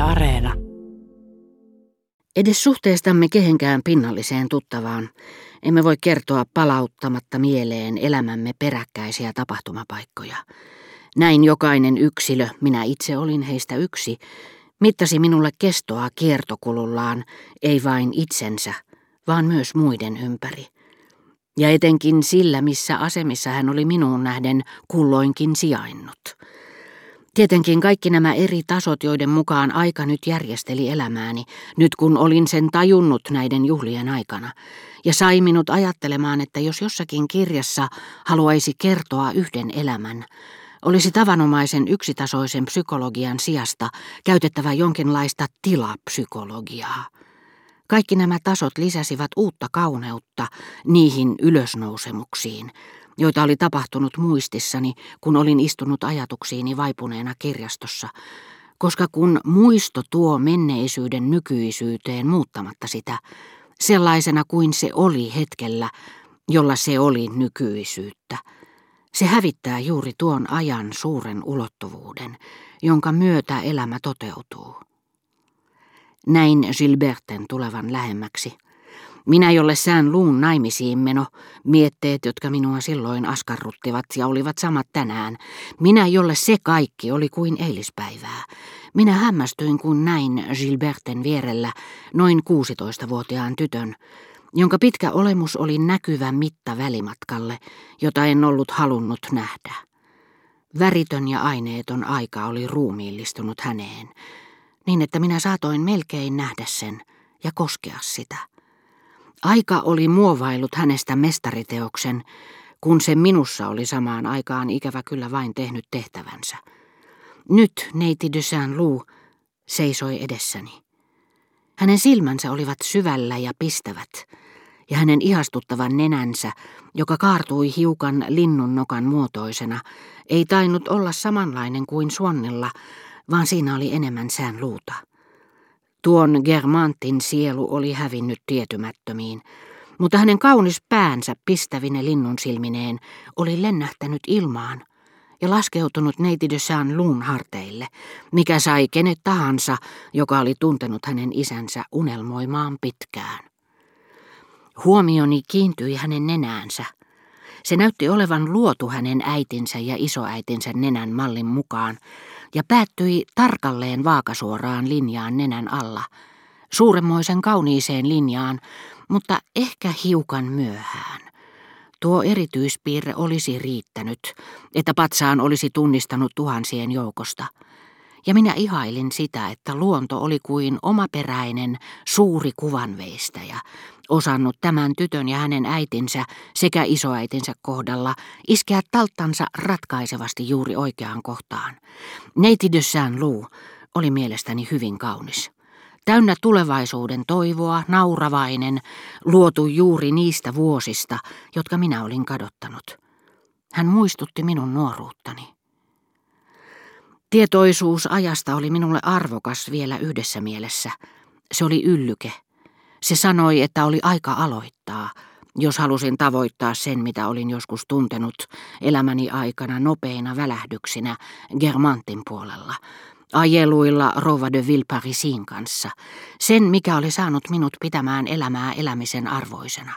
Areena. Edes suhteestamme kehenkään pinnalliseen tuttavaan emme voi kertoa palauttamatta mieleen elämämme peräkkäisiä tapahtumapaikkoja. Näin jokainen yksilö, minä itse olin heistä yksi, mittasi minulle kestoa kiertokulullaan, ei vain itsensä, vaan myös muiden ympäri. Ja etenkin sillä, missä asemissa hän oli minuun nähden kulloinkin sijainnut. Tietenkin kaikki nämä eri tasot, joiden mukaan aika nyt järjesteli elämääni, nyt kun olin sen tajunnut näiden juhlien aikana, ja sai minut ajattelemaan, että jos jossakin kirjassa haluaisi kertoa yhden elämän, olisi tavanomaisen yksitasoisen psykologian sijasta käytettävä jonkinlaista tilapsykologiaa. Kaikki nämä tasot lisäsivät uutta kauneutta niihin ylösnousemuksiin, joita oli tapahtunut muistissani, kun olin istunut ajatuksiini vaipuneena kirjastossa, koska kun muisto tuo menneisyyden nykyisyyteen muuttamatta sitä, sellaisena kuin se oli hetkellä, jolla se oli nykyisyyttä, se hävittää juuri tuon ajan suuren ulottuvuuden, jonka myötä elämä toteutuu. Näin Gilberten tulevan lähemmäksi. Minä, jolle Saint-Loun naimisiin meno, mietteet, jotka minua silloin askarruttivat ja olivat samat tänään. Minä, jolle se kaikki oli kuin eilispäivää. Minä hämmästyin, kun näin Gilberten vierellä noin 16-vuotiaan tytön, jonka pitkä olemus oli näkyvä mitta välimatkalle, jota en ollut halunnut nähdä. Väritön ja aineeton aika oli ruumiillistunut häneen, niin että minä saatoin melkein nähdä sen ja koskea sitä. Aika oli muovaillut hänestä mestariteoksen, kun se minussa oli samaan aikaan ikävä kyllä vain tehnyt tehtävänsä. Nyt neiti de Saint-Loup seisoi edessäni. Hänen silmänsä olivat syvällä ja pistävät, ja hänen ihastuttavan nenänsä, joka kaartui hiukan linnunnokan muotoisena, ei tainnut olla samanlainen kuin Swannilla, vaan siinä oli enemmän Saint-Louta. Tuon Guermantin sielu oli hävinnyt tietymättömiin, mutta hänen kaunis päänsä pistävine linnunsilmineen oli lennähtänyt ilmaan ja laskeutunut neiti de Saint-Loun harteille, mikä sai kenet tahansa, joka oli tuntenut hänen isänsä unelmoimaan pitkään. Huomioni kiintyi hänen nenäänsä. Se näytti olevan luotu hänen äitinsä ja isoäitinsä nenän mallin mukaan ja päättyi tarkalleen vaakasuoraan linjaan nenän alla, suuremmoisen kauniiseen linjaan, mutta ehkä hiukan myöhään. Tuo erityispiirre olisi riittänyt, että patsaan olisi tunnistanut tuhansien joukosta. Ja minä ihailin sitä, että luonto oli kuin omaperäinen suuri kuvanveistäjä, osannut tämän tytön ja hänen äitinsä sekä isoäitinsä kohdalla iskeä talttansa ratkaisevasti juuri oikeaan kohtaan. Neiti de Saint-Loup oli mielestäni hyvin kaunis. Täynnä tulevaisuuden toivoa, nauravainen, luotu juuri niistä vuosista, jotka minä olin kadottanut. Hän muistutti minun nuoruuttani. Tietoisuus ajasta oli minulle arvokas vielä yhdessä mielessä. Se oli yllyke. Se sanoi, että oli aika aloittaa, jos halusin tavoittaa sen, mitä olin joskus tuntenut elämäni aikana nopeina välähdyksinä Guermantin puolella, ajeluilla rouva de Villeparisin kanssa, sen, mikä oli saanut minut pitämään elämää elämisen arvoisena.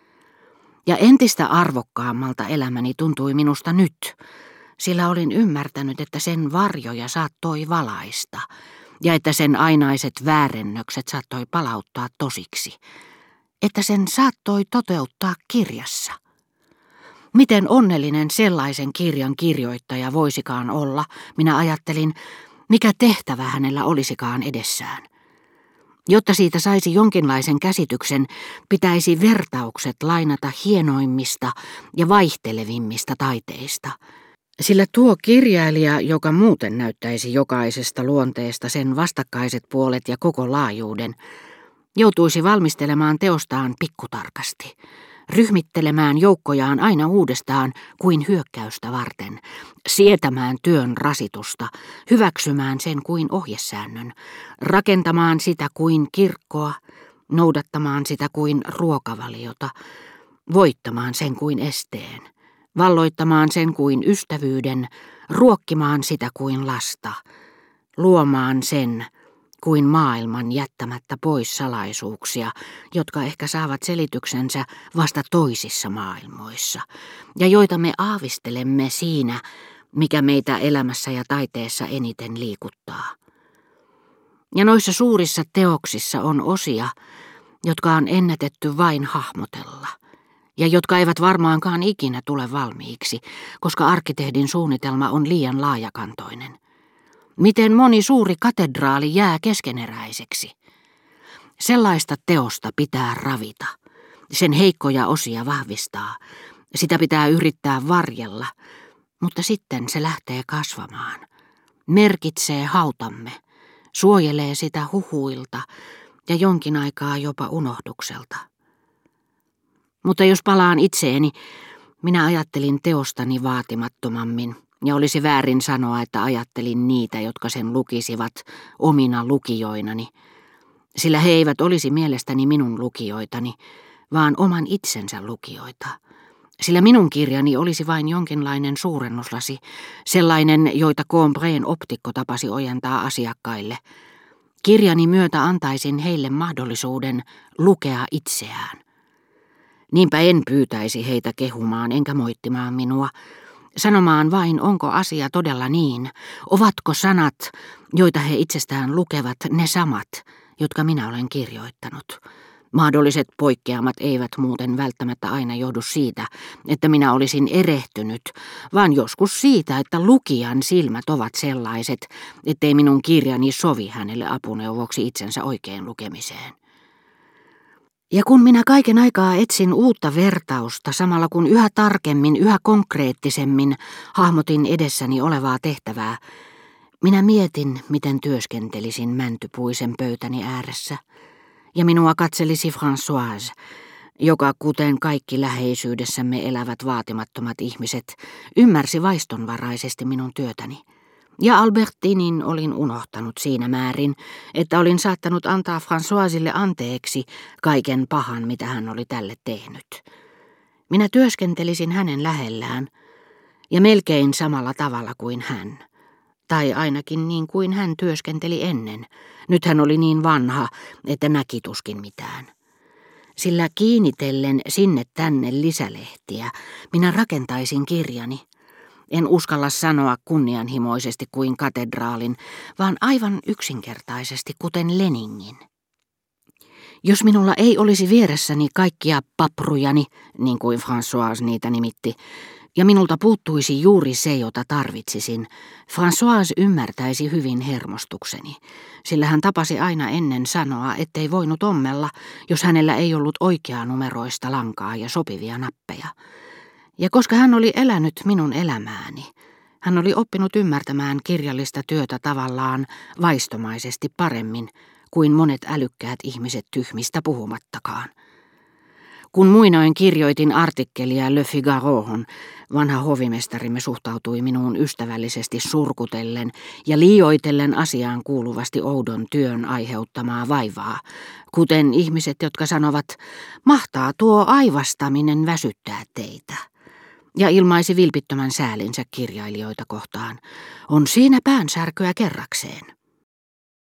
Ja entistä arvokkaammalta elämäni tuntui minusta nyt, sillä olin ymmärtänyt, että sen varjoja saattoi valaista ja että sen ainaiset väärennökset saattoi palauttaa tosiksi, että sen saattoi toteuttaa kirjassa. Miten onnellinen sellaisen kirjan kirjoittaja voisikaan olla, minä ajattelin, mikä tehtävä hänellä olisikaan edessään. Jotta siitä saisi jonkinlaisen käsityksen, pitäisi vertaukset lainata hienoimmista ja vaihtelevimmista taiteista. Sillä tuo kirjailija, joka muuten näyttäisi jokaisesta luonteesta sen vastakkaiset puolet ja koko laajuuden, joutuisi valmistelemaan teostaan pikkutarkasti, ryhmittelemään joukkojaan aina uudestaan kuin hyökkäystä varten, sietämään työn rasitusta, hyväksymään sen kuin ohjesäännön, rakentamaan sitä kuin kirkkoa, noudattamaan sitä kuin ruokavaliota, voittamaan sen kuin esteen, valloittamaan sen kuin ystävyyden, ruokkimaan sitä kuin lasta, luomaan sen kuin maailman jättämättä pois salaisuuksia, jotka ehkä saavat selityksensä vasta toisissa maailmoissa, ja joita me aavistelemme siinä, mikä meitä elämässä ja taiteessa eniten liikuttaa. Ja noissa suurissa teoksissa on osia, jotka on ennätetty vain hahmotella, ja jotka eivät varmaankaan ikinä tule valmiiksi, koska arkkitehdin suunnitelma on liian laajakantoinen. Miten moni suuri katedraali jää keskeneräiseksi? Sellaista teosta pitää ravita, sen heikkoja osia vahvistaa, sitä pitää yrittää varjella, mutta sitten se lähtee kasvamaan, merkitsee hautamme, suojelee sitä huhuilta ja jonkin aikaa jopa unohdukselta. Mutta jos palaan itseeni, minä ajattelin teostani vaatimattomammin, ja olisi väärin sanoa, että ajattelin niitä, jotka sen lukisivat omina lukijoinani, sillä he eivät olisi mielestäni minun lukijoitani, vaan oman itsensä lukijoita. Sillä minun kirjani olisi vain jonkinlainen suurennuslasi, sellainen, joita Combrén optikko tapasi ojentaa asiakkaille. Kirjani myötä antaisin heille mahdollisuuden lukea itseään. Niinpä en pyytäisi heitä kehumaan enkä moittimaan minua, sanomaan vain, onko asia todella niin, ovatko sanat, joita he itsestään lukevat, ne samat, jotka minä olen kirjoittanut. Mahdolliset poikkeamat eivät muuten välttämättä aina johdu siitä, että minä olisin erehtynyt, vaan joskus siitä, että lukijan silmät ovat sellaiset, ettei minun kirjani sovi hänelle apuneuvoksi itsensä oikein lukemiseen. Ja kun minä kaiken aikaa etsin uutta vertausta, samalla kun yhä tarkemmin, yhä konkreettisemmin hahmotin edessäni olevaa tehtävää, minä mietin, miten työskentelisin mäntypuisen pöytäni ääressä. Ja minua katselisi Françoise, joka, kuten kaikki läheisyydessämme elävät vaatimattomat ihmiset, ymmärsi vaistonvaraisesti minun työtäni. Ja Albertinin olin unohtanut siinä määrin, että olin saattanut antaa Françoisille anteeksi kaiken pahan, mitä hän oli tälle tehnyt. Minä työskentelisin hänen lähellään, ja melkein samalla tavalla kuin hän. Tai ainakin niin kuin hän työskenteli ennen. Nyt hän oli niin vanha, että näki tuskin mitään. Sillä kiinnitellen sinne tänne lisälehtiä, minä rakentaisin kirjani. En uskalla sanoa kunnianhimoisesti kuin katedraalin, vaan aivan yksinkertaisesti kuten Leningin. Jos minulla ei olisi vieressäni kaikkia paprujani, niin kuin Françoise niitä nimitti, ja minulta puuttuisi juuri se, jota tarvitsisin, Françoise ymmärtäisi hyvin hermostukseni, sillä hän tapasi aina ennen sanoa, ettei voinut ommella, jos hänellä ei ollut oikeanumeroista lankaa ja sopivia nappeja. Ja koska hän oli elänyt minun elämääni, hän oli oppinut ymmärtämään kirjallista työtä tavallaan vaistomaisesti paremmin kuin monet älykkäät ihmiset tyhmistä puhumattakaan. Kun muinoin kirjoitin artikkelia Le Figarohon, vanha hovimestarimme suhtautui minuun ystävällisesti surkutellen ja liioitellen asiaan kuuluvasti oudon työn aiheuttamaa vaivaa, kuten ihmiset, jotka sanovat, mahtaa tuo aivastaminen väsyttää teitä. Ja ilmaisi vilpittömän säälinsä kirjailijoita kohtaan. On siinä päänsärkyä kerrakseen.